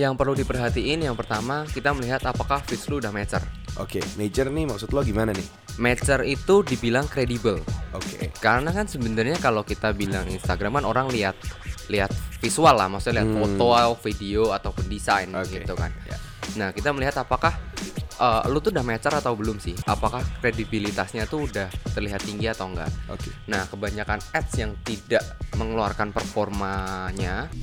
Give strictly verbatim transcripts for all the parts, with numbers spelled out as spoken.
yang perlu diperhatiin yang pertama kita melihat apakah feeds lu udah mature. Oke, mature nih maksud lo gimana nih? Mature itu dibilang kredibel. Oke. Karena kan sebenarnya kalau kita bilang Instagram kan orang lihat lihat visual lah, maksudnya lihat Hmm. foto, video ataupun desain Oke. gitu kan. Ya. Nah, kita melihat apakah uh, lu tuh udah mature atau belum sih? Apakah kredibilitasnya tuh udah terlihat tinggi atau enggak? Oke. Nah, kebanyakan ads yang tidak mengeluarkan performanya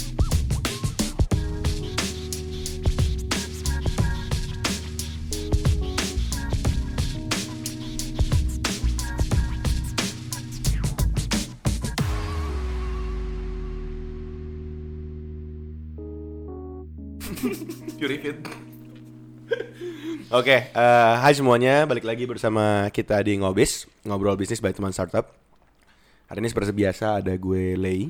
Oke, eh, hai semuanya, balik lagi bersama kita di Ngobis, Ngobrol Bisnis by Teman Startup. Hari ini seperti biasa ada gue Lei.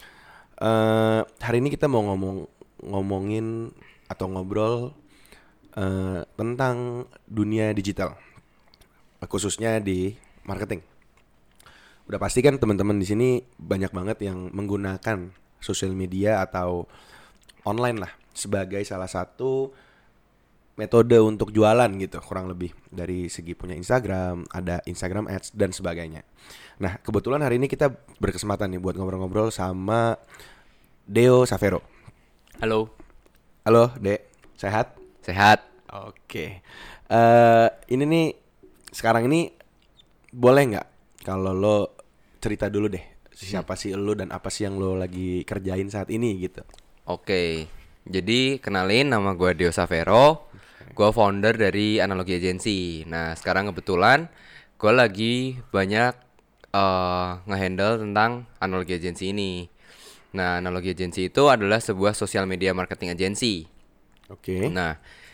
Eh, hari ini kita mau ngomong ngomongin atau ngobrol eh, tentang dunia digital, khususnya di marketing. Udah pasti kan teman-teman di sini banyak banget yang menggunakan sosial media atau online lah sebagai salah satu metode untuk jualan gitu, kurang lebih dari segi punya Instagram, ada Instagram Ads dan sebagainya. Nah, kebetulan hari ini kita berkesempatan nih buat ngobrol-ngobrol sama Deo Savero. halo, Halo, Dek. Sehat? sehat. Oke. Eh, ini nih sekarang ini boleh nggak kalau lo cerita dulu deh siapa sih lo dan apa sih yang lo lagi kerjain saat ini gitu. Oke. Jadi kenalin, nama gue Deo Savero. Gue founder dari Analogi Agency. Nah, sekarang kebetulan gue lagi banyak uh, ngehandle tentang Analogi Agency ini. Nah, Analogi Agency itu adalah sebuah social media marketing agency. Oke. Nah,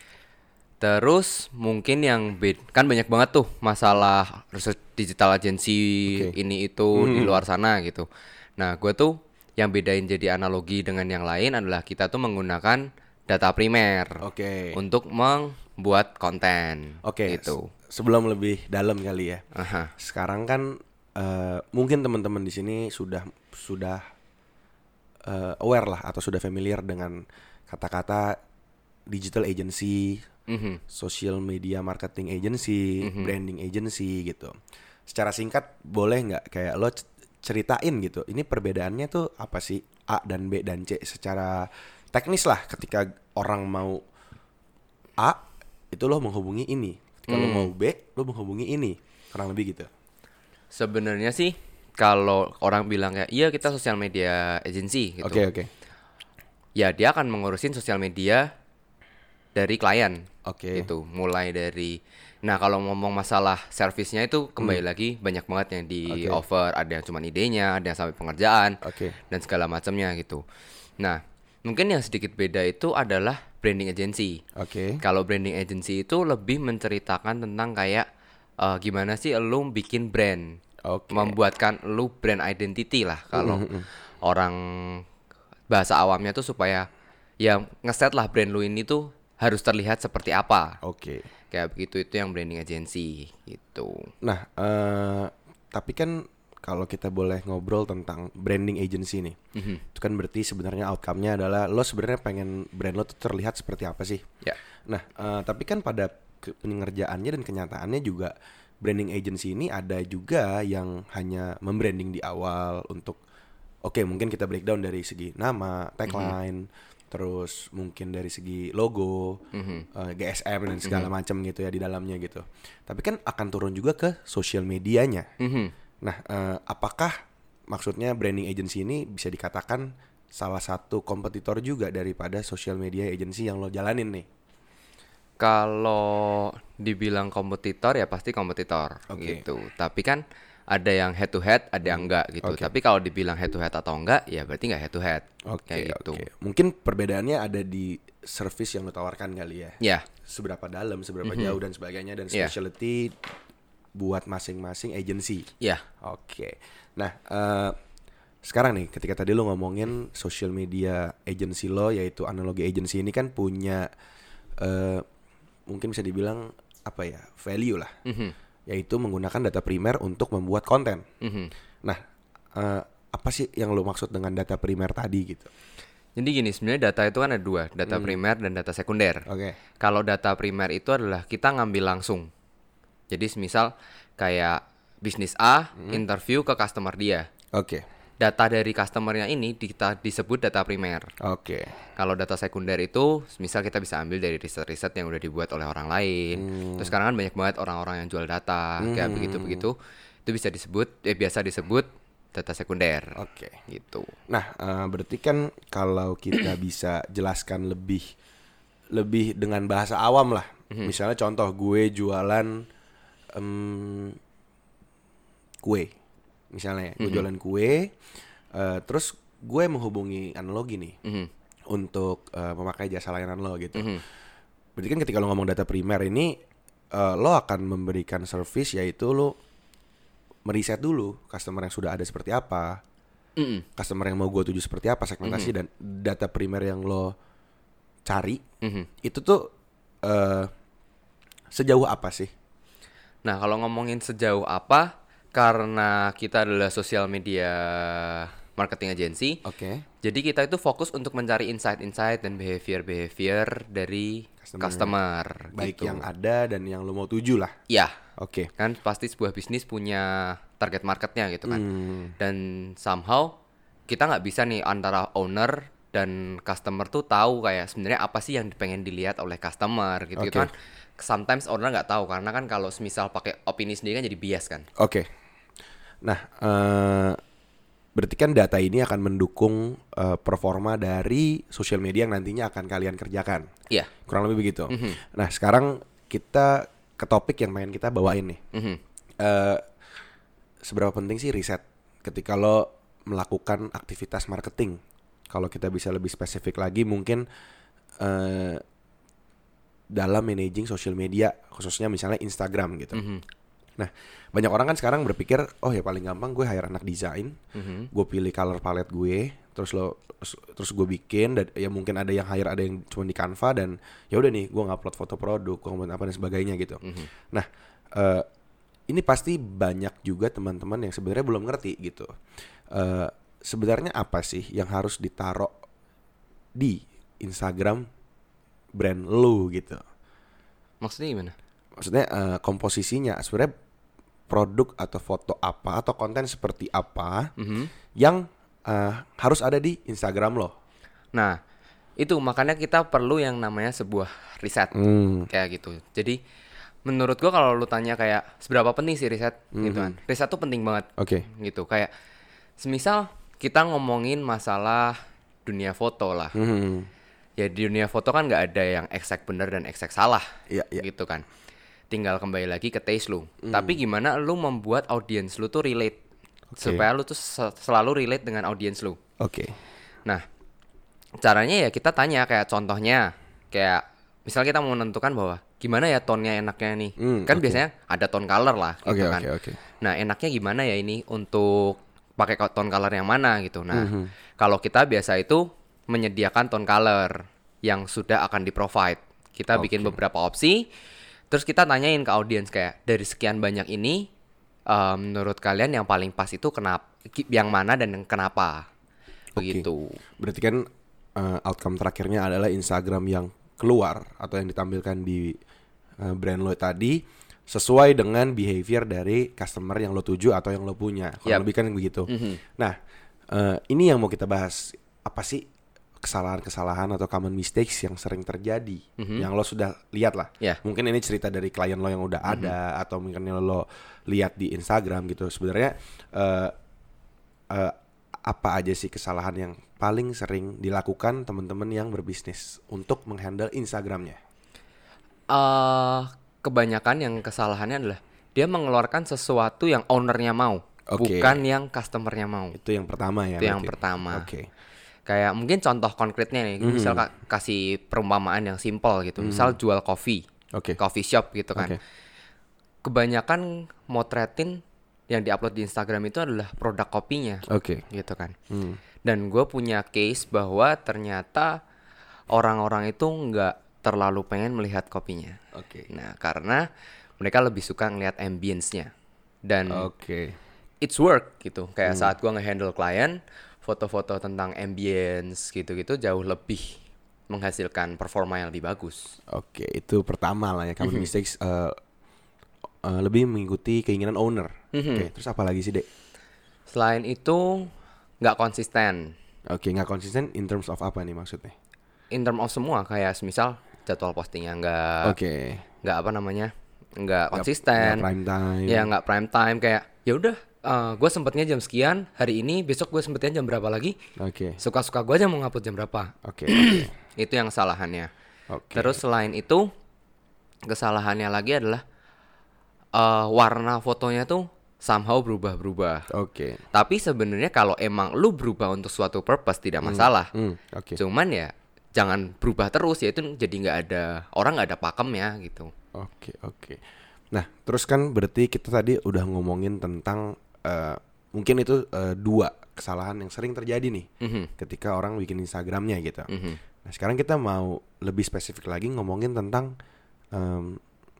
terus mungkin yang bed kan banyak banget tuh masalah research digital agency Oke. ini itu di luar sana gitu. Nah, gue tuh yang bedain jadi analogi dengan yang lain adalah kita tuh menggunakan data primer Oke. untuk membuat konten. Oke. Gitu. se- Sebelum lebih dalam kali ya. Aha. Sekarang kan eh, mungkin teman-teman di sini sudah sudah eh, aware lah atau sudah familiar dengan kata-kata digital agency, Mhm. social media marketing agency, branding agency gitu. Secara singkat boleh nggak kayak lo c- ceritain gitu. Ini perbedaannya tuh apa sih A dan B dan C secara teknis lah. Ketika orang mau A itu lo menghubungi ini. Ketika lo Hmm. mau B lo menghubungi ini. Kurang lebih gitu. Sebenarnya sih kalau orang bilang kayak iya kita social media agency gitu. Oke oke. Ya dia akan mengurusin sosial media dari klien. Oke. Gitu, mulai dari nah kalau ngomong masalah servisnya itu kembali lagi banyak banget yang di Hmm. Oke. offer, ada yang cuma idenya, ada yang sampai pengerjaan Oke. dan segala macamnya gitu. Nah, mungkin yang sedikit beda itu adalah branding agency. Oke. Kalau branding agency itu lebih menceritakan tentang kayak eh, gimana sih lu bikin brand, Oke. membuatkan lu brand identity lah kalau orang bahasa awamnya tuh supaya ya ngeset lah brand lu ini tuh harus terlihat seperti apa. Oke. Kayak begitu, itu yang branding agency gitu. Nah, eh, tapi kan kalau kita boleh ngobrol tentang branding agency nih, itu kan berarti sebenarnya outcome-nya adalah lo sebenarnya pengen brand lo tuh terlihat seperti apa sih? Ya. Nah, eh, tapi kan pada ke- pengerjaannya dan kenyataannya juga branding agency ini ada juga yang hanya membranding di awal untuk, oke mungkin kita breakdown dari segi nama, tagline, terus mungkin dari segi logo, eh, G S M dan segala macam gitu ya di dalamnya gitu. Tapi kan akan turun juga ke sosial medianya. Mhm. Nah, eh, apakah maksudnya branding agency ini bisa dikatakan salah satu kompetitor juga daripada social media agency yang lo jalanin nih? Kalau dibilang kompetitor ya pasti kompetitor Oke. gitu. Tapi kan ada yang head to head, ada yang enggak gitu. Oke. Tapi kalau dibilang head to head atau enggak, ya berarti enggak head to head. Oke, Kayak gitu. oke. Mungkin perbedaannya ada di service yang lo tawarkan kali ya. Ya. Seberapa dalam, seberapa jauh dan sebagainya dan Iya. specialty buat masing-masing agency. Ya. Oke. Nah, eh, sekarang nih ketika tadi lo ngomongin social media agency lo yaitu Analogi Agency ini kan punya eh, mungkin bisa dibilang apa ya, value lah. Yaitu menggunakan data primer untuk membuat konten. Mhm. Nah, eh, apa sih yang lo maksud dengan data primer tadi gitu? Jadi gini, sebenarnya data itu kan ada dua, data Hmm. primer dan data sekunder. Oke. Kalau data primer itu adalah kita ngambil langsung. Jadi semisal kayak bisnis A interview ke customer dia. Oke. Data dari customernya ini kita disebut data primer. Oke. Kalau data sekunder itu, misal kita bisa ambil dari riset-riset yang udah dibuat oleh orang lain. Terus sekarang kan banyak banget orang-orang yang jual data, kayak begitu-begitu. Itu bisa disebut, eh biasa disebut data sekunder. Oke. Gitu. Nah, eh, berarti kan kalau kita bisa jelaskan lebih lebih dengan bahasa awam lah. Misalnya contoh gue jualan em, kue. Misalnya gue jualan kue, eh, terus gue menghubungi analogi nih Mhm. untuk eh, memakai jasa layanan lo gitu. Mhm. Berarti kan ketika lo ngomong data primer ini, eh, lo akan memberikan service yaitu lo meriset dulu customer yang sudah ada seperti apa, Mhm. customer yang mau gue tuju seperti apa, segmentasi dan data primer yang lo cari Mhm. itu tuh eh, sejauh apa sih? Nah, kalau ngomongin sejauh apa, karena kita adalah sosial media marketing agency, Oke. jadi kita itu fokus untuk mencari insight-insight dan behavior-behavior dari Customer. customer, Baik gitu. yang ada dan yang lo mau tuju lah. Ya, Oke. kan pasti sebuah bisnis punya target marketnya gitu kan. Hmm. Dan somehow kita nggak bisa nih antara owner dan customer tuh tahu kayak sebenarnya apa sih yang pengen dilihat oleh customer gitu, gitu Oke. kan. Sometimes owner nggak tahu karena kan kalau semisal pakai opini sendiri kan jadi bias kan. Oke. Nah, eh, berarti kan data ini akan mendukung eh, performa dari sosial media yang nantinya akan kalian kerjakan. Iya. Kurang lebih begitu. Nah, sekarang kita ke topik yang pengen kita bawain nih. Mhm. Eh, seberapa penting sih riset ketika lo melakukan aktivitas marketing? Kalau kita bisa lebih spesifik lagi, mungkin eh, dalam managing social media, khususnya misalnya Instagram gitu. Mhm. Nah, banyak orang kan sekarang berpikir, oh ya paling gampang gue hire anak desain, Mhm. gue pilih color palette gue, terus lo terus, terus gue bikin, dan ya mungkin ada yang hire, ada yang cuma di Canva, dan ya udah nih gue ngupload foto produk, gue ngupload apa dan sebagainya gitu. Mhm. Nah, eh, ini pasti banyak juga teman-teman yang sebenarnya belum ngerti gitu. Eh, sebenarnya apa sih yang harus ditaruh di Instagram brand lu gitu? Maksudnya gimana? Maksudnya eh, komposisinya sebenarnya produk atau foto apa atau konten seperti apa Mhm. yang eh, harus ada di Instagram lo. Nah, itu makanya kita perlu yang namanya sebuah riset Hmm. kayak gitu. Jadi menurut gua kalau lu tanya kayak seberapa penting sih riset gitu kan. Riset tuh penting banget Oke. gitu. Kayak semisal kita ngomongin masalah dunia foto lah. Hmm. Ya di dunia foto kan nggak ada yang exact benar dan exact salah Iya, iya. gitu kan. Tinggal kembali lagi ke taste lu. Tapi gimana lu membuat audiens lu tuh relate Oke. supaya lu tuh se- selalu relate dengan audiens lu. Oke. Nah, caranya ya kita tanya kayak contohnya kayak misal kita mau menentukan bahwa gimana ya tone-nya enaknya nih. Hmm, Kan oke. biasanya ada tone color lah Oke, gitu kan. oke, oke. Nah, enaknya gimana ya ini untuk pakai ko- tone color yang mana gitu. Nah, Mhm. kalau kita biasa itu menyediakan tone color yang sudah akan di-provide. Kita bikin Oke. beberapa opsi, terus kita tanyain ke audiens kayak dari sekian banyak ini eh, menurut kalian yang paling pas itu kenapa yang mana dan yang kenapa. Begitu. Berarti kan eh, outcome terakhirnya adalah Instagram yang keluar atau yang ditampilkan di eh, brand lo tadi sesuai dengan behavior dari customer yang lo tuju atau yang lo punya. Kurang Yap. lebih kan begitu. Mhm. Nah, eh, ini yang mau kita bahas. Apa sih kesalahan-kesalahan atau common mistakes yang sering terjadi yang lo sudah lihat lah. Ya. Mungkin ini cerita dari klien lo yang udah ada atau mungkin yang lo lihat di Instagram gitu. Sebenarnya eh, eh, apa aja sih kesalahan yang paling sering dilakukan teman-teman yang berbisnis untuk menghandle Instagramnya? eh kebanyakan yang kesalahannya adalah dia mengeluarkan sesuatu yang ownernya mau, Oke. bukan yang customernya mau. Itu yang pertama ya. Itu yang berarti? pertama. Oke. Kayak mungkin contoh konkretnya nih, misal Mhm. ka- kasih perumpamaan yang simpel gitu. Misal jual kopi, Oke. coffee shop gitu kan. Oke. Kebanyakan motretin yang diupload di Instagram itu adalah produk kopinya, Oke. gitu kan. Hmm. Dan gue punya case bahwa ternyata orang-orang itu nggak terlalu pengen melihat kopinya. Oke. Nah, karena mereka lebih suka ngelihat ambience-nya. Dan Oke. it's work gitu. Kayak saat gua nge-handle klien, foto-foto tentang ambience gitu-gitu jauh lebih menghasilkan performa yang lebih bagus. Oke, itu pertama lah ya, common mistakes uh, uh, lebih mengikuti keinginan owner. Oke, terus apa lagi sih, Dek? Selain itu nggak konsisten. Oke, nggak konsisten in terms of apa nih maksudnya? In term of semua kayak misal jadwal postingnya nggak Oke. nggak apa namanya nggak Nggak- konsisten. nggak prime time. Ya nggak prime time kayak ya udah gue sempetnya jam sekian hari ini, besok gue sempetnya jam berapa lagi. Oke. Suka-suka gue aja mau ngupload jam berapa. Oke. Oke. Itu yang kesalahannya. Oke. Terus selain itu kesalahannya lagi adalah eh, warna fotonya tuh somehow berubah-berubah. Oke. Tapi sebenarnya kalau emang lu berubah untuk suatu purpose tidak masalah. Hmm, oke. Cuman ya jangan berubah terus, ya itu jadi nggak ada orang nggak ada pakemnya gitu. Oke, oke. Nah, terus kan berarti kita tadi udah ngomongin tentang uh, mungkin itu uh, dua kesalahan yang sering terjadi nih Mhm. ketika orang bikin Instagramnya gitu. Mhm. Nah, sekarang kita mau lebih spesifik lagi ngomongin tentang um,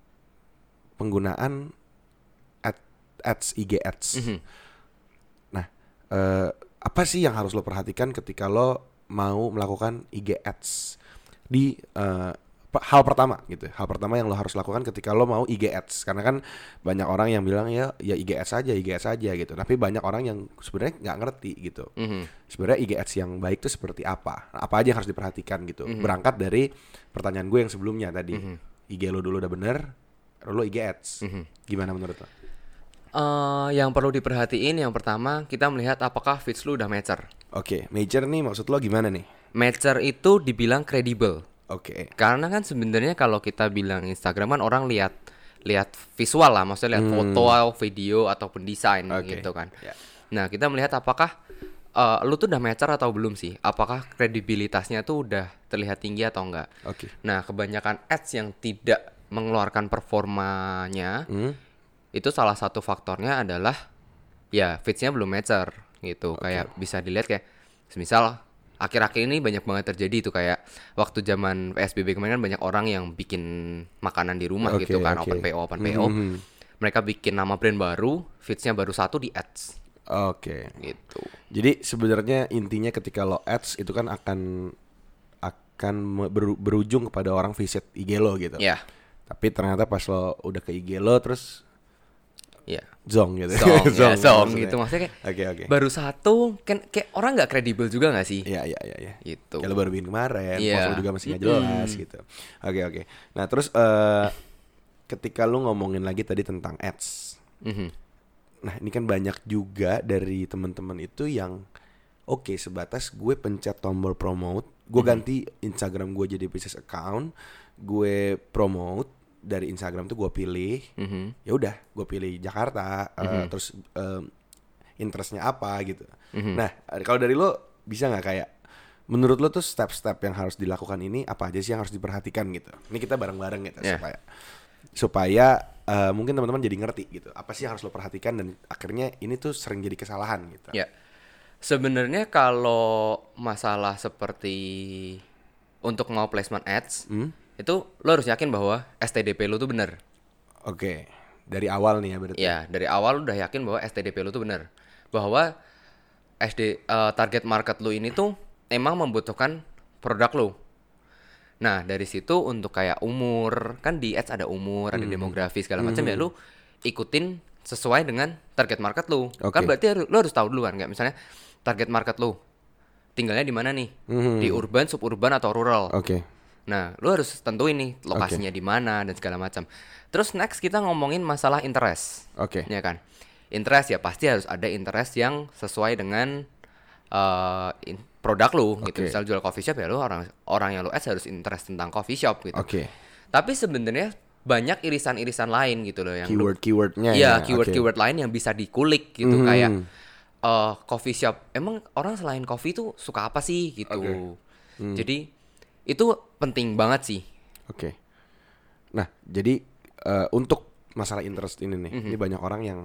penggunaan ad, ads, I G ads. Mhm. Nah, uh, apa sih yang harus lo perhatikan ketika lo mau melakukan I G ads di uh, hal pertama gitu. Hal pertama yang lo harus lakukan ketika lo mau I G ads, karena kan banyak orang yang bilang ya ya I G ads aja, I G ads aja gitu. Tapi banyak orang yang sebenarnya nggak ngerti gitu. Mhm. Sebenarnya I G ads yang baik itu seperti apa? Apa aja yang harus diperhatikan gitu. Berangkat dari pertanyaan gue yang sebelumnya tadi. I G lo dulu udah bener, lo I G ads. Gimana menurut lo? Eh, yang perlu diperhatiin yang pertama kita melihat apakah feeds lu udah mature. Oke, major nih maksud lo gimana nih? Mature itu dibilang kredibel. Oke. Karena kan sebenarnya kalau kita bilang Instagram kan orang lihat lihat visual lah, maksudnya lihat foto, video ataupun desain Oke. gitu kan. Ya. Nah, kita melihat apakah eh, lu tuh udah mature atau belum sih? Apakah kredibilitasnya tuh udah terlihat tinggi atau enggak? Oke. Nah, kebanyakan ads yang tidak mengeluarkan performanya Hmm? itu salah satu faktornya adalah ya feeds-nya belum mature gitu. Kayak bisa dilihat kayak semisal akhir-akhir ini banyak banget terjadi itu kayak waktu zaman P S B B kemarin kan banyak orang yang bikin makanan di rumah Oke, gitu kan, oke. open P O open P O. Mhm. Mereka bikin nama brand baru, feeds-nya baru satu di ads Oke. gitu. Jadi sebenarnya intinya ketika lo ads itu kan akan akan me- beru- berujung kepada orang visit I G lo gitu. Ya, Tapi ternyata pas lo udah ke I G lo terus ya. zong gitu. Song, ya, song maksudnya. gitu maksudnya kayak Oke, oke. baru satu kan kayak orang nggak kredibel juga nggak sih? Iya, iya, iya, iya. Gitu. Kayak lo baru bikin kemarin, Iya. post lo juga masih nggak jelas gitu. Oke, oke. Nah, terus eh ketika lo ngomongin lagi tadi tentang ads. Mhm. Nah, ini kan banyak juga dari teman-teman itu yang oke, sebatas gue pencet tombol promote, gue ganti Instagram gue jadi business account, gue promote dari Instagram tuh gue pilih, Mhm. ya udah, gue pilih Jakarta, eh, terus em, interestnya apa gitu. Nah, kalau dari lo bisa nggak kayak, menurut lo tuh step-step yang harus dilakukan ini apa aja sih yang harus diperhatikan gitu? Ini kita bareng-bareng gitu Yeah. supaya supaya eh, mungkin teman-teman jadi ngerti gitu. Apa sih yang harus lo perhatikan dan akhirnya ini tuh sering jadi kesalahan gitu. Ya, sebenarnya kalau masalah seperti untuk mau placement ads, Hmm? itu lo harus yakin bahwa S T D P lo tuh bener. Oke, dari awal nih ya berarti. Ya, dari awal lo udah yakin bahwa S T D P lo tuh bener. Bahwa S D eh, target market lo ini tuh emang membutuhkan produk lo. Nah, dari situ untuk kayak umur, kan di ads ada umur, ada demografi segala macam ya lo ikutin sesuai dengan target market lo. Oke. Kan berarti harus- lo harus tahu dulu kan, kayak misalnya target market lo tinggalnya di mana nih? Di urban, suburban atau rural. Oke. Nah, lu harus tentuin nih lokasinya di mana dan segala macam. Terus next kita ngomongin masalah interest. Oke. Ya kan? Interest ya pasti harus ada interest yang sesuai dengan eh, in- produk lu gitu. Oke. Misal jual coffee shop ya lu orang orang yang lu ads harus interest tentang coffee shop gitu. Oke. Tapi sebenarnya banyak irisan-irisan lain gitu loh yang lu- Keyword-keywordnya Iya, ya. keyword-keyword lain yang bisa dikulik gitu kayak eh, coffee shop. Emang orang selain coffee tuh suka apa sih gitu. Oke. Jadi itu penting banget sih. Oke. Nah, jadi eh, untuk masalah interest ini nih, ini banyak orang yang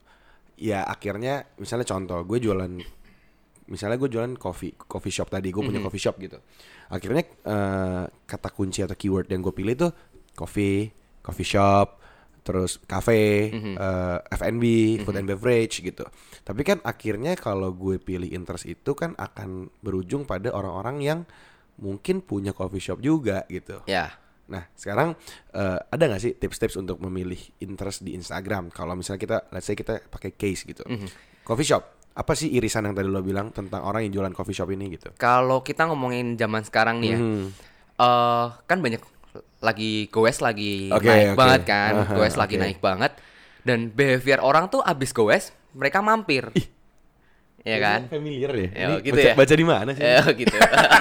ya akhirnya misalnya contoh, gue jualan misalnya gue jualan coffee coffee shop tadi, gue punya coffee shop gitu. Akhirnya eh, kata kunci atau keyword yang gue pilih tuh coffee, coffee shop, terus cafe, Mhm. eh, F and B, food and beverage gitu. Tapi kan akhirnya kalau gue pilih interest itu kan akan berujung pada orang-orang yang mungkin punya coffee shop juga gitu. Ya. Nah sekarang eh, ada nggak sih tips-tips untuk memilih interest di Instagram? Kalau misalnya kita, let's say kita pakai case gitu, coffee shop. Apa sih irisan yang tadi lo bilang tentang orang yang jualan coffee shop ini gitu? Kalau kita ngomongin zaman sekarang nih ya, Mhm. eh kan banyak lagi goes lagi Oke, naik oke. banget kan, Aha, goes lagi oke. naik banget, dan behavior orang tuh abis goes mereka mampir, ya kan? Familiar deh. Ya, Ini gitu baca, ya. baca di mana sih? Eh, gitu.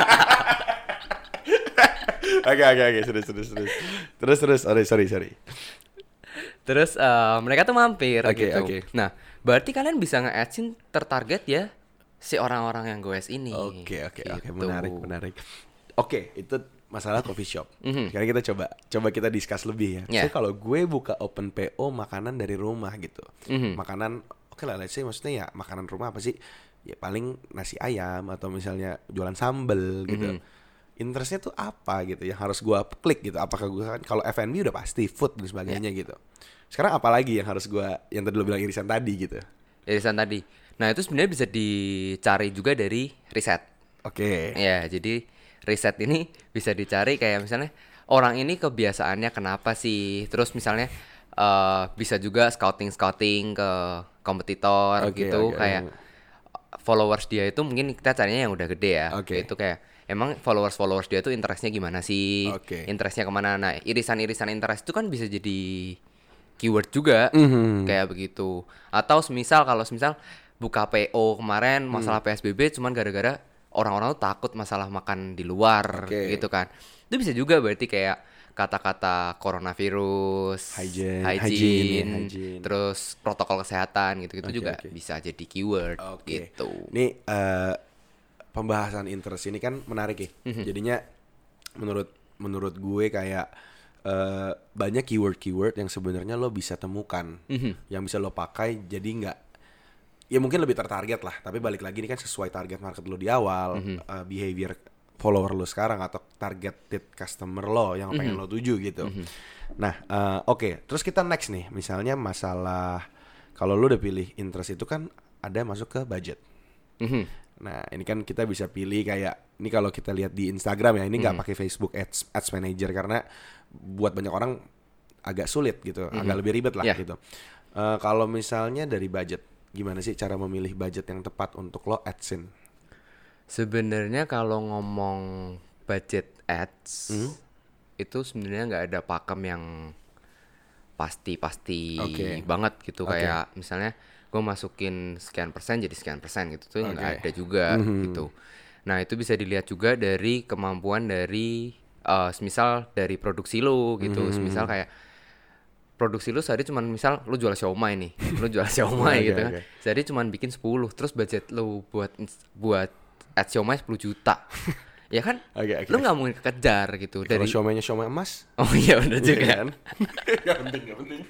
Oke oke oke, terus terus terus. Terus terus, sorry sorry sorry. Terus eh, mereka tuh mampir Oke, gitu. oke. Nah, berarti kalian bisa nge-adsin tertarget ya si orang-orang yang goes ini. Oke oke oke, Gitu. menarik menarik. Oke, itu masalah coffee shop. Mhm. Sekarang kita coba coba kita discuss lebih ya. Yeah. So kalau gue buka open P O makanan dari rumah gitu. Mhm. Makanan oke lah, let's say maksudnya ya makanan rumah apa sih? Ya paling nasi ayam atau misalnya jualan sambel gitu. Interestnya tuh apa gitu yang harus gue klik gitu? Apakah gue kan kalau F and B udah pasti food dan sebagainya gitu. Sekarang apa lagi yang harus gue yang tadi lo bilang irisan tadi gitu? Irisan tadi. Nah, itu sebenarnya bisa dicari juga dari riset. Oke. Ya, jadi riset ini bisa dicari kayak misalnya orang ini kebiasaannya kenapa sih? Terus misalnya eh, bisa juga scouting-scouting ke kompetitor Oke, gitu oke. kayak followers dia itu mungkin kita carinya yang udah gede ya. Oke. Itu kayak emang followers-followers dia tuh interestnya gimana sih? Oke. Interestnya kemana? Nah, irisan-irisan interest itu kan bisa jadi keyword juga Mhm. kayak begitu. Atau semisal kalau semisal buka P O kemarin masalah P S B B cuman gara-gara orang-orang tuh takut masalah makan di luar Oke. gitu kan. Itu bisa juga berarti kayak kata-kata coronavirus, Hygiene, hygiene, hygiene, ya, hygiene. terus protokol kesehatan gitu-gitu Oke, juga oke. bisa jadi keyword Oke. gitu. Ini eh, pembahasan interest ini kan menarik ya. Mhm. Jadinya menurut menurut gue kayak eh, banyak keyword-keyword yang sebenarnya lo bisa temukan, Mhm. yang bisa lo pakai. Jadi nggak, ya mungkin lebih tertarget lah. Tapi balik lagi ini kan sesuai target market lo di awal, Mhm. eh, behavior follower lo sekarang atau targeted customer lo yang pengen Mhm. lo tuju gitu. Mhm. Nah, eh, oke, terus kita next nih, misalnya masalah kalau lo udah pilih interest itu kan ada masuk ke budget. Mhm. Nah, ini kan kita bisa pilih kayak ini kalau kita lihat di Instagram ya, ini nggak Mhm. pakai Facebook Ads Ads Manager karena buat banyak orang agak sulit gitu, agak lebih ribet lah Yeah. gitu. Eh, kalau misalnya dari budget, gimana sih cara memilih budget yang tepat untuk lo adsin? Sebenarnya kalau ngomong budget ads Hmm? itu sebenarnya nggak ada pakem yang pasti-pasti Oke. banget gitu. Oke. Kayak misalnya gue masukin sekian persen jadi sekian persen gitu tuh nggak Oke. ada juga Mhm. gitu. Nah itu bisa dilihat juga dari kemampuan dari eh, semisal dari produksi lu gitu. Mhm. Semisal kayak produksi lu sehari cuman misal lu jual siomay nih, lu jual siomay Oke, gitu kan. oke. Sehari cuman bikin sepuluh, terus budget lu buat buat ad siomay sepuluh juta. Ya kan? Oke, oke. Lu nggak mungkin kejar gitu Kalau dari siomaynya siomay emas, Oh iya bener juga. iya kan? Gak penting, gak penting.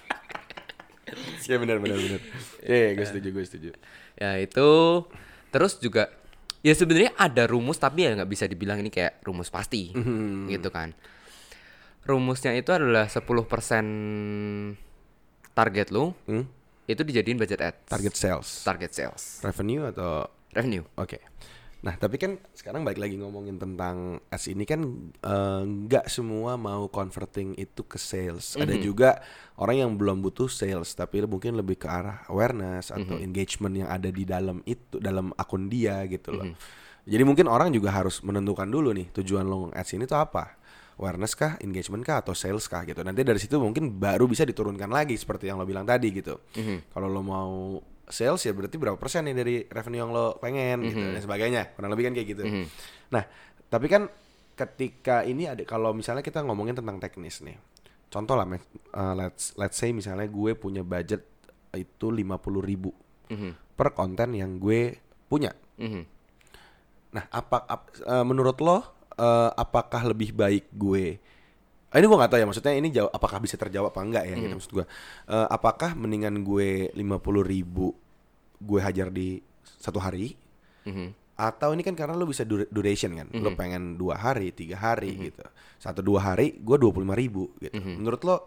Ya benar benar benar. Iya, gue setuju, gue setuju. Ya itu terus juga ya sebenarnya ada rumus tapi ya nggak bisa dibilang ini kayak rumus pasti Mhm. gitu kan. Rumusnya itu adalah sepuluh persen target lu Hmm? itu dijadiin budget ads. Target sales, Target sales. revenue atau Revenue. oke. Nah, tapi kan sekarang balik lagi ngomongin tentang ads ini kan eh, nggak semua mau converting itu ke sales. Ada Mhm. juga orang yang belum butuh sales tapi mungkin lebih ke arah awareness atau Mhm. engagement yang ada di dalam itu dalam akun dia gitu loh. Mhm. Jadi mungkin orang juga harus menentukan dulu nih tujuan lo ads ini tuh apa. Awareness kah, engagement kah, atau sales kah gitu. Nanti dari situ mungkin baru bisa diturunkan lagi seperti yang lo bilang tadi gitu. Mhm. Kalau lo mau sales ya berarti berapa persen nih dari revenue yang lo pengen gitu Mhm. dan sebagainya. Kurang lebih kan kayak gitu. Mhm. Nah, tapi kan ketika ini ada kalau misalnya kita ngomongin tentang teknis nih. Contoh lah, Max, uh, let's let's say misalnya gue punya budget itu lima puluh ribu Mhm. per konten yang gue punya. Mhm. Nah, apa ap- uh, menurut lo uh, apakah lebih baik gue Ah, ini gue nggak tahu ya, maksudnya ini jawab, apakah bisa terjawab apa enggak ya gitu Mhm. maksud gue. Eh, apakah mendingan gue lima puluh ribu gue hajar di satu hari, Mhm. atau ini kan karena lo bisa dur- duration kan, lo Mhm. pengen dua hari, tiga hari gitu, satu dua hari gue dua puluh lima ribu gitu. Mhm. Menurut lo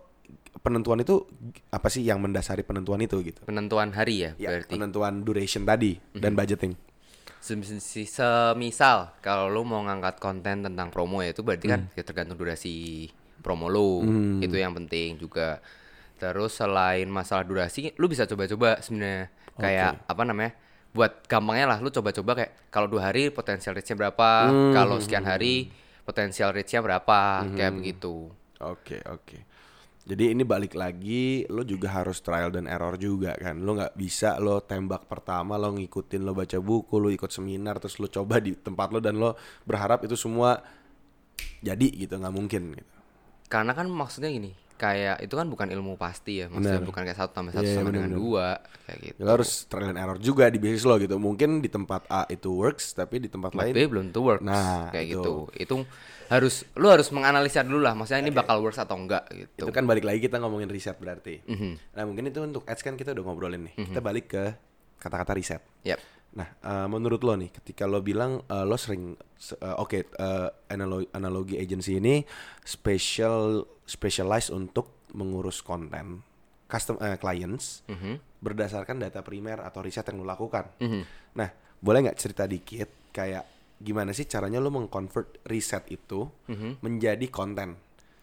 penentuan itu apa sih yang mendasari penentuan itu gitu? Penentuan hari ya, Ya, berarti. penentuan duration tadi dan budgeting. Sem- si- Semisal kalau lu mau ngangkat konten tentang promo ya itu berarti kan Hmm. ya tergantung durasi promo lu. Itu yang penting juga. Terus selain masalah durasi, lu bisa coba-coba sebenarnya kayak apa namanya? Buat gampangnya lah, lu coba-coba kayak kalau dua hari potensial reach-nya berapa, Hmm. kalau sekian hari potensial reach-nya berapa, kayak begitu. Oke, oke. Jadi ini balik lagi, lo juga harus trial dan error juga kan. Lo nggak bisa lo tembak pertama, lo ngikutin, lo baca buku, lo ikut seminar, terus lo coba di tempat lo dan lo berharap itu semua jadi gitu, nggak mungkin gitu. Karena kan maksudnya gini, kayak itu kan bukan ilmu pasti ya, maksudnya Bener. bukan kayak satu tambah satu Iya, sama bener, dengan bener. dua, kayak gitu. Ya, lo harus trial and error juga di bisnis lo gitu. Mungkin di tempat A itu works, tapi di tempat Tempat lain B belum tuh works, Nah, kayak itu. gitu. Itu harus lu harus menganalisa dulu lah, maksudnya ini bakal works atau enggak gitu. itu kan balik lagi kita ngomongin riset berarti. Mhm. Nah mungkin itu untuk ads kan kita udah ngobrolin nih. Kita balik ke kata-kata riset. Yap. Nah, eh, menurut lo nih, ketika lo bilang eh, lo sering, se- eh, oke, eh, analogi, analogi agency ini special, specialized untuk mengurus konten custom eh, clients Mhm. berdasarkan data primer atau riset yang lo lakukan. Mhm. Nah, boleh nggak cerita dikit kayak gimana sih caranya lo mengconvert riset itu Mhm. menjadi konten?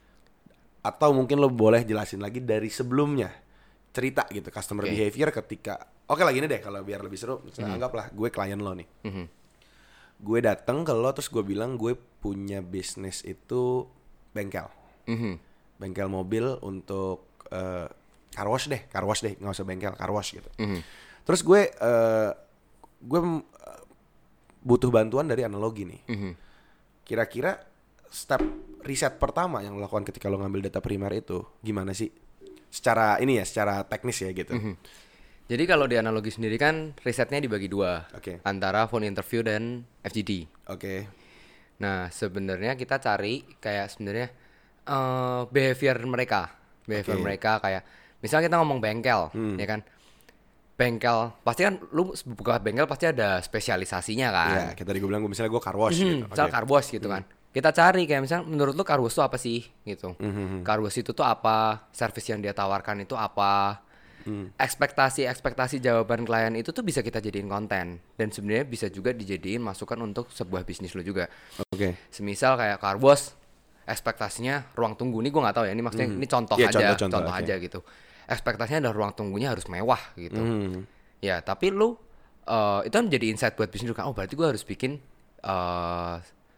Atau mungkin lo boleh jelasin lagi dari sebelumnya cerita gitu customer Oke. behavior ketika oke lah gini deh kalau biar lebih seru misalnya anggaplah gue klien lo nih, Mhm. gue datang ke lo terus gue bilang gue punya bisnis itu bengkel Mhm. bengkel mobil untuk eh, car wash deh car wash deh nggak usah bengkel car wash gitu. Mhm. Terus gue eh, gue mm, eh, butuh bantuan dari analogi nih. Mhm. Kira-kira step riset pertama yang lo lakukan ketika lo ngambil data primer itu gimana sih? Secara ini ya, secara teknis ya gitu. Mhm. Jadi kalau di analogi sendiri kan risetnya dibagi dua, Oke. antara phone interview dan F G D. Oke. Nah, sebenarnya kita cari kayak sebenarnya eh, behavior mereka, behavior Oke. mereka kayak misalnya kita ngomong bengkel, ya kan? Bengkel pasti kan lu buka bengkel pasti ada spesialisasinya kan. Ya, kayak tadi gue bilang gue misalnya gue car wash gitu. Hmm, misal Oke. car wash gitu kan. Kita cari kayak misal menurut lu car wash itu apa sih gitu. Car wash itu tuh apa? Service yang dia tawarkan itu apa? Ekspektasi-ekspektasi jawaban klien itu tuh bisa kita jadiin konten dan sebenarnya bisa juga dijadiin masukan untuk sebuah bisnis lu juga. Oke. Semisal kayak car wash, ekspektasinya ruang tunggu ini gue nggak tahu ya. Ini maksudnya ini contoh Iya, aja, contoh-contoh, contoh oke. aja gitu. Ekspektasinya adalah ruang tunggunya harus mewah gitu. Hmm. Ya, tapi lu eh, itu kan menjadi insight buat bisnis lu kan. Oh, berarti gue harus bikin eh,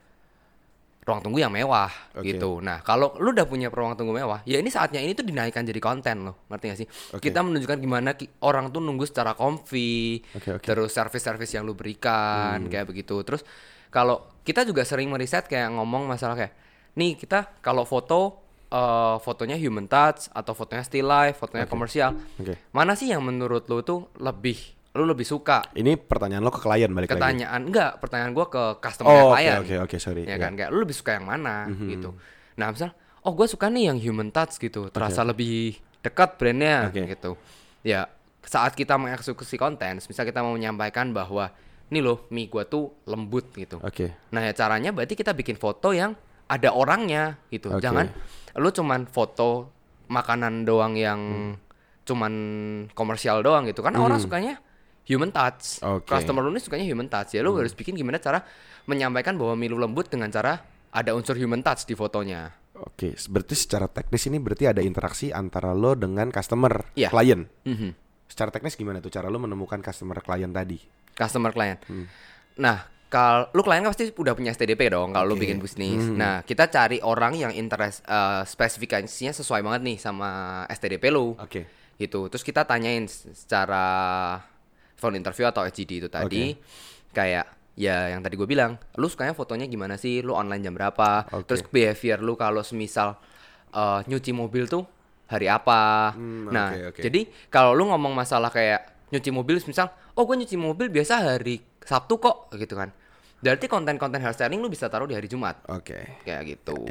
ruang tunggu yang mewah Oke. gitu. Nah, kalau lu udah punya ruang tunggu mewah, ya ini saatnya ini tuh dinaikkan jadi konten loh. Ngerti gak sih? Oke. Kita menunjukkan gimana ki- orang tuh nunggu secara comfy. Oke, oke. Terus service-service yang lu berikan kayak begitu. Terus kalau kita juga sering meriset kayak ngomong masalah kayak nih kita kalau foto eh, fotonya human touch atau fotonya still life, fotonya komersial. Oke. Mana sih yang menurut lu tuh lebih lu lebih suka? Ini pertanyaan lo ke klien balik lagi. Pertanyaan enggak, pertanyaan gua ke customer Oh, oke klien. oke oke sorry. Ya Ya. kan kayak lu lebih suka yang mana gitu. Nah, misal oh gue suka nih yang human touch gitu, terasa lebih dekat brandnya Oke. gitu. Ya, saat kita mengeksekusi konten, misal kita mau menyampaikan bahwa nih loh mie gua tuh lembut gitu. Oke. Nah, ya caranya berarti kita bikin foto yang ada orangnya gitu. Oke. Jangan lu cuman foto makanan doang yang cuman komersial doang gitu. Karena orang sukanya human touch. Oke. Customer lu ini sukanya human touch. Ya lu harus bikin gimana cara menyampaikan bahwa mie lu lembut dengan cara ada unsur human touch di fotonya. Oke, berarti secara teknis ini berarti ada interaksi antara lo dengan customer Iya. klien. Mhm. Secara teknis gimana tuh cara lo menemukan customer klien tadi? Customer klien. Nah, kalau lu klien kan pasti udah punya S T D P dong kalau lu Oke. bikin bisnis. Nah, kita cari orang yang interest eh, spesifikasinya sesuai banget nih sama S T D P lu. Oke. Gitu. Terus kita tanyain s- secara phone interview atau H D itu tadi kayak ya yang tadi gue bilang, lu sukanya fotonya gimana sih? Lu online jam berapa? Oke. Terus behavior lu kalau semisal eh, nyuci mobil tuh hari apa? Hmm, nah, oke, oke. jadi kalau lu ngomong masalah kayak nyuci mobil misal, oh gue nyuci mobil biasa hari Sabtu kok gitu kan. Berarti konten-konten hairstyling lu bisa taruh di hari Jumat. Oke. Kayak gitu.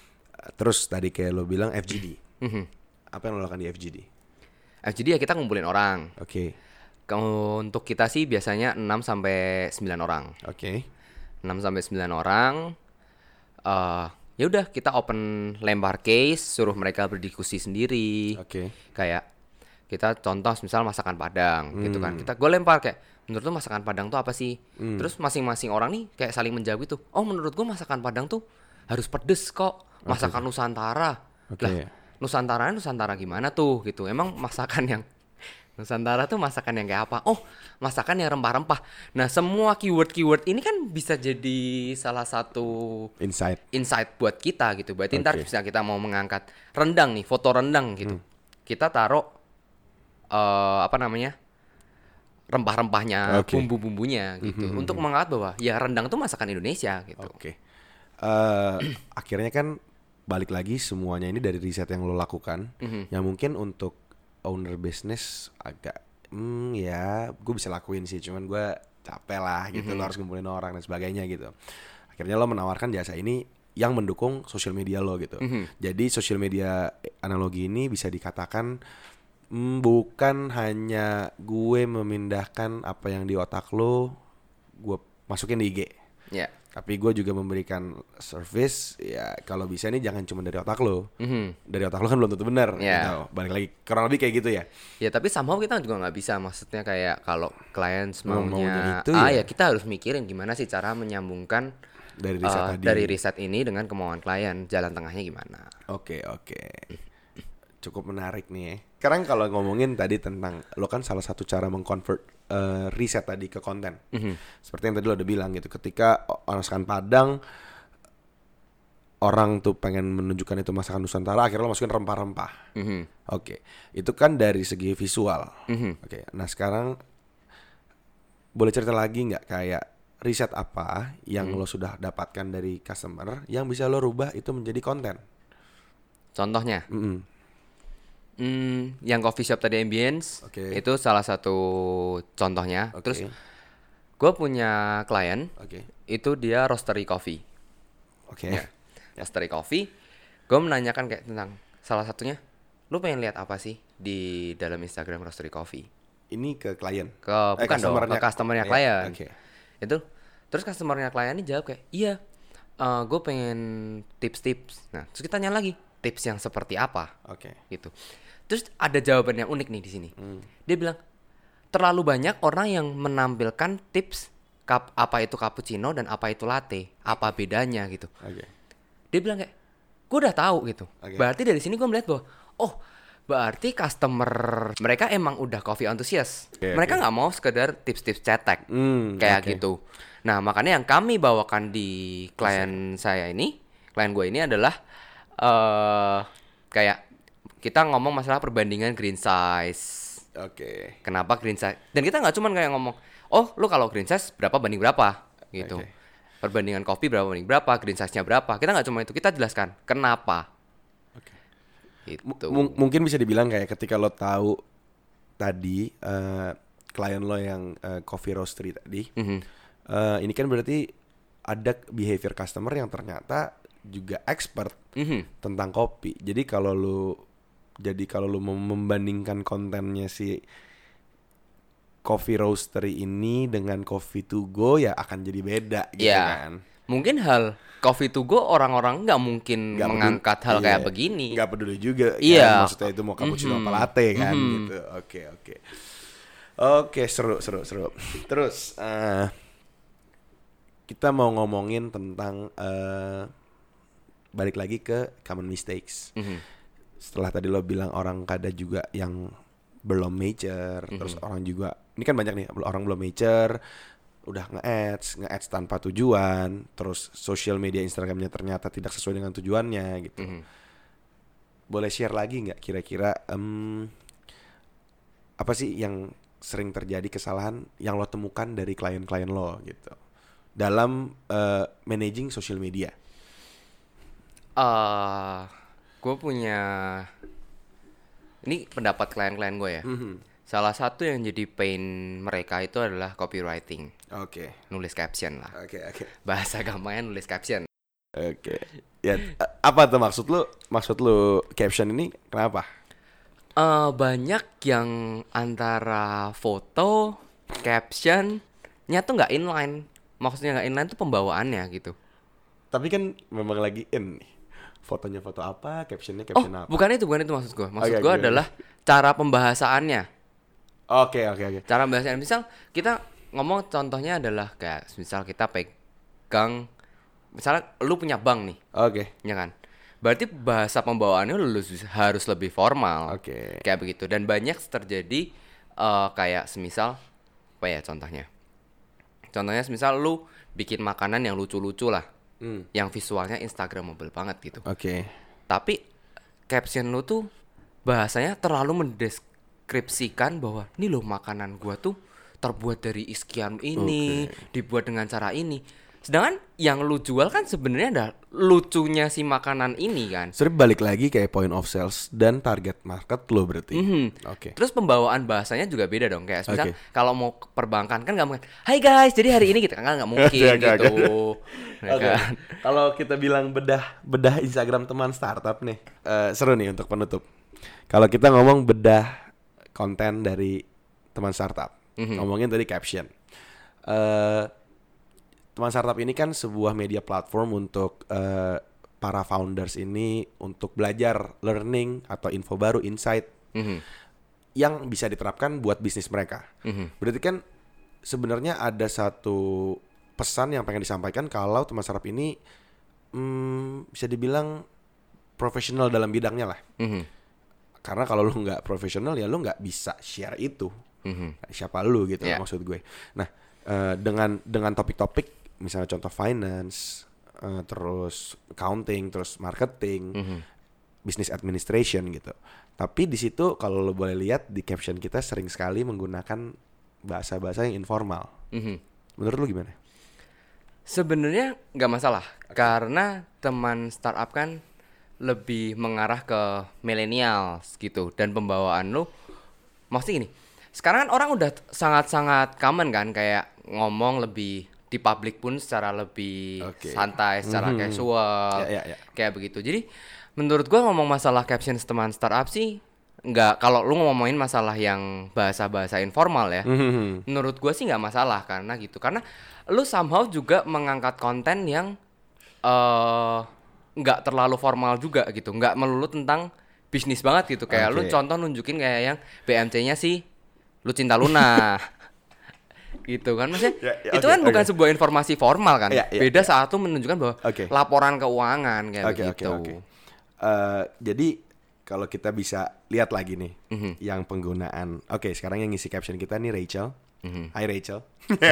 Terus tadi kayak lo bilang F G D. Mhm. Apa yang lo lakukan di F G D? F G D ya kita ngumpulin orang. Oke. Kalau untuk kita sih biasanya enam sampai sembilan orang. Oke. enam sampai sembilan orang. eh ya udah kita open lempar case, suruh mereka berdiskusi sendiri. Oke. Kayak kita contoh misal masakan Padang gitu kan. Hmm. Kita gue lempar kayak menurut lu masakan Padang tuh apa sih? Hmm. Terus masing-masing orang nih kayak saling menjawab itu. Oh, menurut gue masakan Padang tuh harus pedes kok. Masakan Nusantara. Oke. Lah, Nusantara Nusantara gimana tuh gitu. Emang masakan yang Nusantara tuh masakan yang kayak apa? Oh, masakan yang rempah-rempah. Nah, semua keyword-keyword ini kan bisa jadi salah satu Insight. insight buat kita gitu. Berarti Oke. ntar bisa kita mau mengangkat rendang nih, foto rendang gitu. Kita taruh eh, apa namanya? Rempah-rempahnya, Oke. bumbu-bumbunya gitu. Untuk mengangkat bahwa ya rendang tuh masakan Indonesia gitu. Oke. Eh, akhirnya kan balik lagi semuanya ini dari riset yang lo lakukan. Yang mungkin untuk owner business agak hmm ya gue bisa lakuin sih, cuman gue capek lah gitu. Lo harus ngumpulin orang dan sebagainya gitu. Akhirnya lo menawarkan jasa ini yang mendukung sosial media lo gitu. Jadi sosial media analogi ini bisa dikatakan hmm, bukan hanya gue memindahkan apa yang di otak lo, gue masukin di I G. Ya. Tapi gue juga memberikan service, ya kalau bisa nih jangan cuma dari otak lo. Mhm. Dari otak lo kan belum tentu benar. Ya. Gitu. Balik lagi kurang lebih kayak gitu ya. Ya tapi somehow kita juga nggak bisa, maksudnya kayak kalau klien Mau- maunya maunya itu ah ya. ya kita harus mikirin gimana sih cara menyambungkan Dari riset eh, tadi. dari riset ini dengan kemauan klien, jalan tengahnya gimana. Oke oke. Cukup menarik nih ya. Sekarang kalau ngomongin tadi tentang lo kan salah satu cara mengconvert eh, riset tadi ke konten. Seperti yang tadi lo udah bilang gitu. Ketika o- masakan Padang orang tuh pengen menunjukkan itu masakan Nusantara, akhirnya lo masukin rempah-rempah. Mhm. Oke, itu kan dari segi visual. Mhm. Oke, nah sekarang boleh cerita lagi nggak kayak riset apa yang lo sudah dapatkan dari customer yang bisa lo rubah itu menjadi konten? Contohnya, Mm-mm. hmm, yang coffee shop tadi Ambience Oke. itu salah satu contohnya. Oke. Terus gue punya klien Oke, itu dia roastery coffee. oke, Ya, roastery coffee. Gue menanyakan kayak tentang salah satunya, lu pengen lihat apa sih di dalam Instagram roastery coffee? ini ke klien. Ke Eh, bukan dong, ke customernya- customernya ya, klien. Oke, Itu terus customernya klien ini jawab kayak, iya, gue pengen tips-tips. Nah, terus kita tanya lagi, tips yang seperti apa? oke, Gitu. Terus ada jawaban yang unik nih di sini. Dia bilang, terlalu banyak orang yang menampilkan tips kap, apa itu cappuccino dan apa itu latte, apa bedanya gitu. oke. Dia bilang kayak, gue udah tahu gitu. Oke. Berarti dari sini gue melihat bahwa, oh, berarti customer mereka emang udah coffee enthusiast. Oke, Mereka oke. nggak mau sekedar tips-tips cetek Hmm, kayak oke. gitu. Nah, makanya yang kami bawakan di klien saya ini, klien gue ini adalah eh kayak kita ngomong masalah perbandingan green size. Oke, Kenapa green size? Dan kita nggak cuman kayak ngomong, oh lu kalau green size berapa banding berapa gitu. Oke. Perbandingan kopi berapa banding berapa, green size-nya berapa. Kita nggak cuma itu, kita jelaskan kenapa. oke. Gitu. M- mungkin bisa dibilang kayak ketika lo tahu tadi eh, klien lo yang eh, coffee roastery tadi, Mhm. eh, ini kan berarti ada behavior customer yang ternyata juga expert Mhm. tentang kopi. Jadi kalau lu jadi kalau lu mem- membandingkan kontennya si coffee roastery ini dengan coffee to go ya akan jadi beda gitu Ya, kan. mungkin hal coffee to go orang-orang nggak mungkin Nggak mengangkat peduli- hal iya, kayak begini. nggak peduli juga kan. Iya. Maksudnya itu mau cappuccino Mhm. apa latte kan Mhm. gitu. Oke oke. Oke, seru seru seru. Terus eh, kita mau ngomongin tentang eh, balik lagi ke common mistakes. Mhm. Setelah tadi lo bilang orang kada juga yang belum mature, terus orang juga ini kan banyak nih orang belum mature, udah nge-ads, nge-ads tanpa tujuan, terus social media Instagramnya ternyata tidak sesuai dengan tujuannya gitu. Mhm. Boleh share lagi nggak kira-kira em, apa sih yang sering terjadi kesalahan yang lo temukan dari klien-klien lo gitu dalam eh, managing social media? eh gue punya ini pendapat klien-klien gue ya. Mhm. Salah satu yang jadi pain mereka itu adalah copywriting, Oke, nulis caption lah. oke, oke. Bahasa gampangnya nulis caption. Oke. Ya, a- apa tuh maksud lu? Maksud lu caption ini kenapa? Eh banyak yang antara foto, captionnya tuh nggak inline. Maksudnya nggak inline tuh pembawaannya gitu. Tapi kan memang lagi in nih. Fotonya foto apa, captionnya Oh, caption apa. bukan itu, bukan itu maksud gue. Maksud Oke, gue oke, adalah cara pembahasannya. Oke, oke, oke. Cara pembahasannya, misal kita ngomong contohnya adalah kayak misal kita pegang, misalnya lu punya bank nih, Oke. ya kan? Berarti bahasa pembawaannya lu harus lebih formal. Oke. Kayak begitu. Dan banyak terjadi eh, kayak semisal apa ya contohnya? Contohnya semisal lu bikin makanan yang lucu-lucu lah. Hmm. Yang visualnya instagramable banget gitu. Oke. Tapi caption lu tuh bahasanya terlalu mendeskripsikan bahwa ini loh makanan gua tuh terbuat dari iskian ini, dibuat dengan cara ini. Sedangkan yang lu jual kan sebenarnya ada lucunya si makanan ini kan. Sebenarnya balik lagi kayak point of sales dan target market lo berarti. Mhm. Oke. Terus pembawaan bahasanya juga beda dong. Kayak misal Oke. kalau mau ke perbankan kan nggak mungkin, hai guys, jadi hari ini gitu kan nggak mungkin Oke, oke, gitu. Ya Oke. kan? Kalau kita bilang bedah bedah Instagram teman startup nih, eh, seru nih untuk penutup. Kalau kita ngomong bedah konten dari teman startup, Mhm. ngomongin tadi caption. Eh, teman startup ini kan sebuah media platform untuk eh, para founders ini untuk belajar, learning atau info baru, insight Mhm. yang bisa diterapkan buat bisnis mereka. Mhm. Berarti kan sebenarnya ada satu pesan yang pengen disampaikan kalau teman startup ini hmm, bisa dibilang profesional dalam bidangnya lah. Mhm. Karena kalau lu nggak profesional ya lu nggak bisa share itu. Mhm. Siapa lu gitu Yeah. maksud gue. Nah eh, dengan dengan topik-topik misalnya contoh finance, eh, terus accounting, terus marketing, Mhm. business administration gitu. Tapi di situ kalau lo boleh lihat di caption kita sering sekali menggunakan bahasa-bahasa yang informal. Mhm. Menurut lu gimana? Sebenarnya nggak masalah karena teman startup kan lebih mengarah ke millennials gitu dan pembawaan lu maksudnya gini. Sekarang kan orang udah sangat-sangat common kan kayak ngomong lebih di publik pun secara lebih Oke. santai, secara Mhm. casual. Ya, ya, ya. Kayak begitu. Jadi menurut gua ngomong masalah caption teman startup sih nggak, kalau lu ngomongin masalah yang bahasa-bahasa informal ya. Mhm. Menurut gue sih nggak masalah karena gitu, karena lu somehow juga mengangkat konten yang eh nggak terlalu formal juga gitu, nggak melulu tentang bisnis banget gitu. Kayak lu Oke. contoh nunjukin kayak yang B M C-nya sih lu cinta Luna gitu kan, maksudnya Ya, ya, itu oke, kan bukan oke. sebuah informasi formal kan. Ya, ya, Beda ya. saat lu menunjukkan bahwa Oke. laporan keuangan kayak Oke, oke, begitu. oke. Eh, jadi kalau kita bisa lihat lagi nih Mhm. yang penggunaan. Oke, sekarang yang ngisi caption kita nih Rachel. Mhm. Hai Rachel.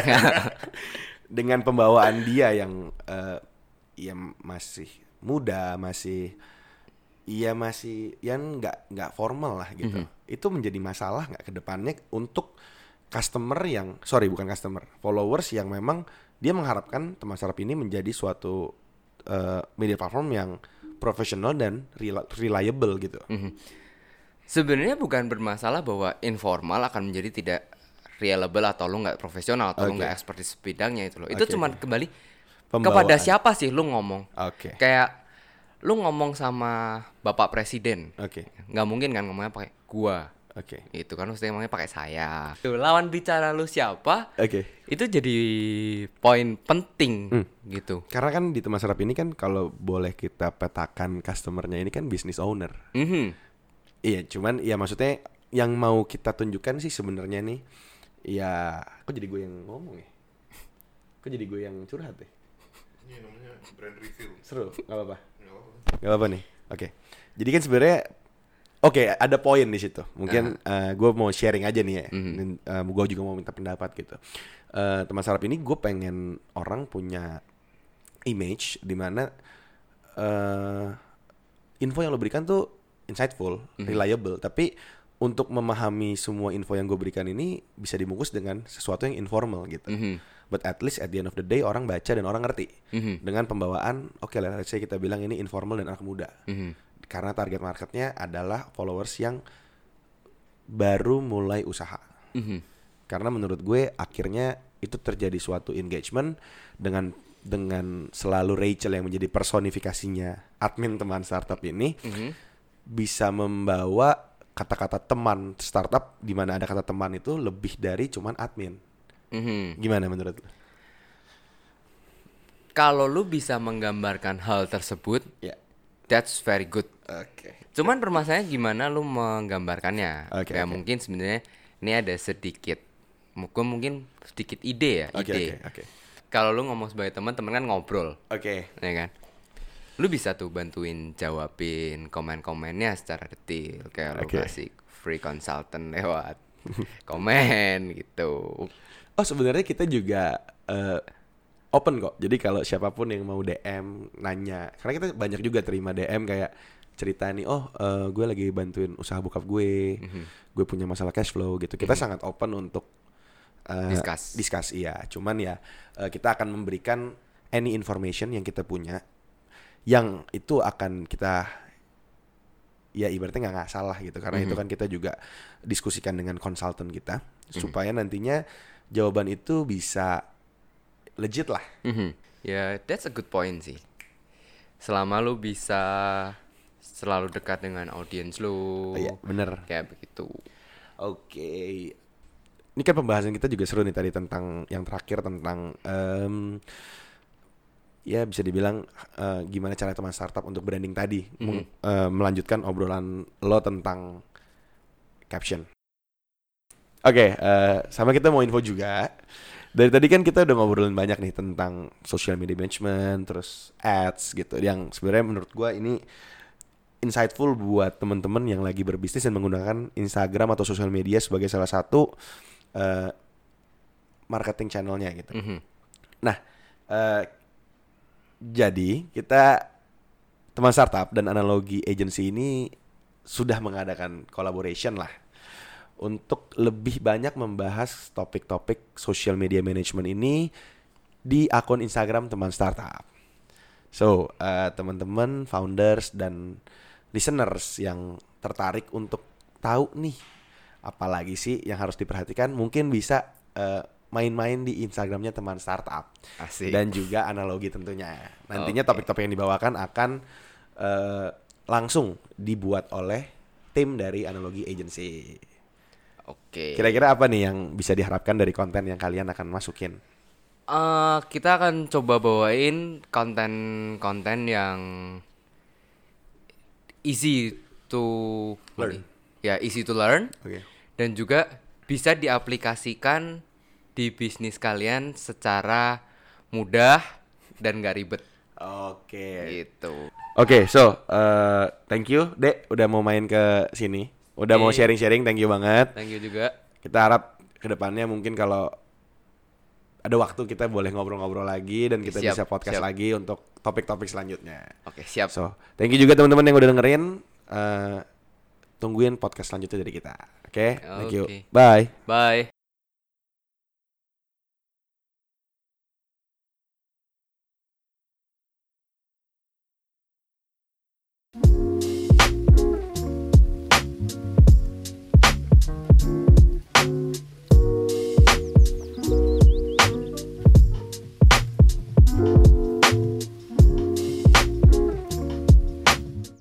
Dengan pembawaan dia yang eh, ya masih muda, masih iya masih yang nggak nggak formal lah gitu. Itu menjadi masalah nggak ke depannya untuk customer yang sorry bukan customer, followers yang memang dia mengharapkan teman startup ini menjadi suatu eh, media platform yang profesional dan rela- reliable gitu. Mhm. Sebenarnya bukan bermasalah bahwa informal akan menjadi tidak reliable atau lu nggak profesional atau lu Oke. nggak expertise bidangnya itu loh. Itu Oke, cuman oke. kembali Pembawaan. kepada siapa sih lu ngomong. Oke. Kayak lu ngomong sama Bapak Presiden. Oke. Nggak mungkin kan ngomongnya pakai gua. Oke. Itu kan mesti ngomongnya pakai saya. Tuh, lawan bicara lu siapa? Oke. Itu jadi poin penting Hmm. gitu. Karena kan di teman startup ini kan kalau boleh kita petakan customernya ini kan business owner. Mhm. Iya, cuman ya maksudnya yang mau kita tunjukkan sih sebenarnya nih, ya, kok jadi gue yang ngomong ya? Kok jadi gue yang curhat ya? Ini namanya brand review. Seru, nggak apa-apa, Nggak apa-apa. nggak apa-apa nih. Oke, jadi kan sebenarnya, oke ada poin di situ. Mungkin eh, gue mau sharing aja nih ya. Dan, eh, gue juga mau minta pendapat gitu. Eh, teman startup ini gue pengen orang punya image di mana eh, info yang lo berikan tuh insightful, reliable, tapi untuk memahami semua info yang gue berikan ini bisa dibungkus dengan sesuatu yang informal gitu. Mhm. But at least at the end of the day orang baca dan orang ngerti Mhm. dengan pembawaan. Oke lah, let's say kita bilang ini informal dan anak muda. Mhm. Karena target marketnya adalah followers yang baru mulai usaha. Mhm. Karena menurut gue akhirnya itu terjadi suatu engagement dengan dengan selalu Rachel yang menjadi personifikasinya admin teman startup ini Mhm. bisa membawa kata-kata teman startup di mana ada kata teman itu lebih dari cuman admin. Mhm. Gimana menurut lo? Kalau lu bisa menggambarkan hal tersebut, Ya. that's very good. Oke. Cuman permasalahannya gimana lu menggambarkannya? Oke, Kayak oke. mungkin sebenarnya ini ada sedikit, mungkin mungkin sedikit ide ya, Oke, ide. oke, oke. Kalau lu ngomong sebagai teman, teman kan ngobrol, Oke. ya kan? Lu bisa tuh bantuin jawabin komen-komennya secara detail, kayak lu Oke. kasih free consultant lewat komen gitu. Oh, sebenarnya kita juga eh, open kok. Jadi kalau siapapun yang mau D M nanya, karena kita banyak juga terima D M kayak cerita nih, oh eh, gue lagi bantuin usaha bokap gue, gue punya masalah cash flow gitu. Kita sangat open untuk eh, Discuss. discuss, iya. Cuman ya eh, kita akan memberikan any information yang kita punya, yang itu akan kita ya ibaratnya nggak nggak salah gitu, karena itu kan kita juga diskusikan dengan konsultan kita supaya nantinya jawaban itu bisa legit lah. Mhm. Ya, that's a good point sih. Selama lu bisa selalu dekat dengan audiens lu, Oh, iya, bener. kayak begitu. Oke, ini kan pembahasan kita juga seru nih tadi tentang yang terakhir tentang em, ya bisa dibilang eh, gimana cara teman startup untuk branding tadi. Meng- eh, melanjutkan obrolan lo tentang caption. Oke, eh, sama kita mau info juga. Dari tadi kan kita udah ngobrolin banyak nih tentang social media management, terus ads gitu. Yang sebenarnya menurut gua ini insightful buat teman-teman yang lagi berbisnis dan menggunakan Instagram atau sosial media sebagai salah satu eh, marketing channelnya gitu. Mhm. Nah, eh, jadi kita teman startup dan analogi agency ini sudah mengadakan collaboration lah untuk lebih banyak membahas topik-topik social media management ini di akun Instagram teman startup. So, eh, teman-teman founders dan listeners yang tertarik untuk tahu nih apalagi sih yang harus diperhatikan, mungkin bisa eh, main-main di Instagramnya teman startup. Asik. Dan juga analogi tentunya. Nantinya Oke. topik-topik yang dibawakan akan eh, langsung dibuat oleh tim dari analogi agency. Oke. Kira-kira apa nih yang bisa diharapkan dari konten yang kalian akan masukin? Eh, kita akan coba bawain konten-konten yang easy to Learn. ya easy to learn, Oke. dan juga bisa diaplikasikan di bisnis kalian secara mudah dan gak ribet Oke. gitu. Oke, so eh, thank you, Dek, udah mau main ke sini, udah mau Oke. sharing-sharing, thank you banget. Thank you juga. Kita harap kedepannya mungkin kalau ada waktu kita boleh ngobrol-ngobrol lagi dan kita Siap, bisa podcast siap. lagi untuk topik-topik selanjutnya. Oke, siap. So, thank you juga teman-teman yang udah dengerin. Eh, tungguin podcast selanjutnya dari kita. Oke, thank you. Oke. Bye. Bye.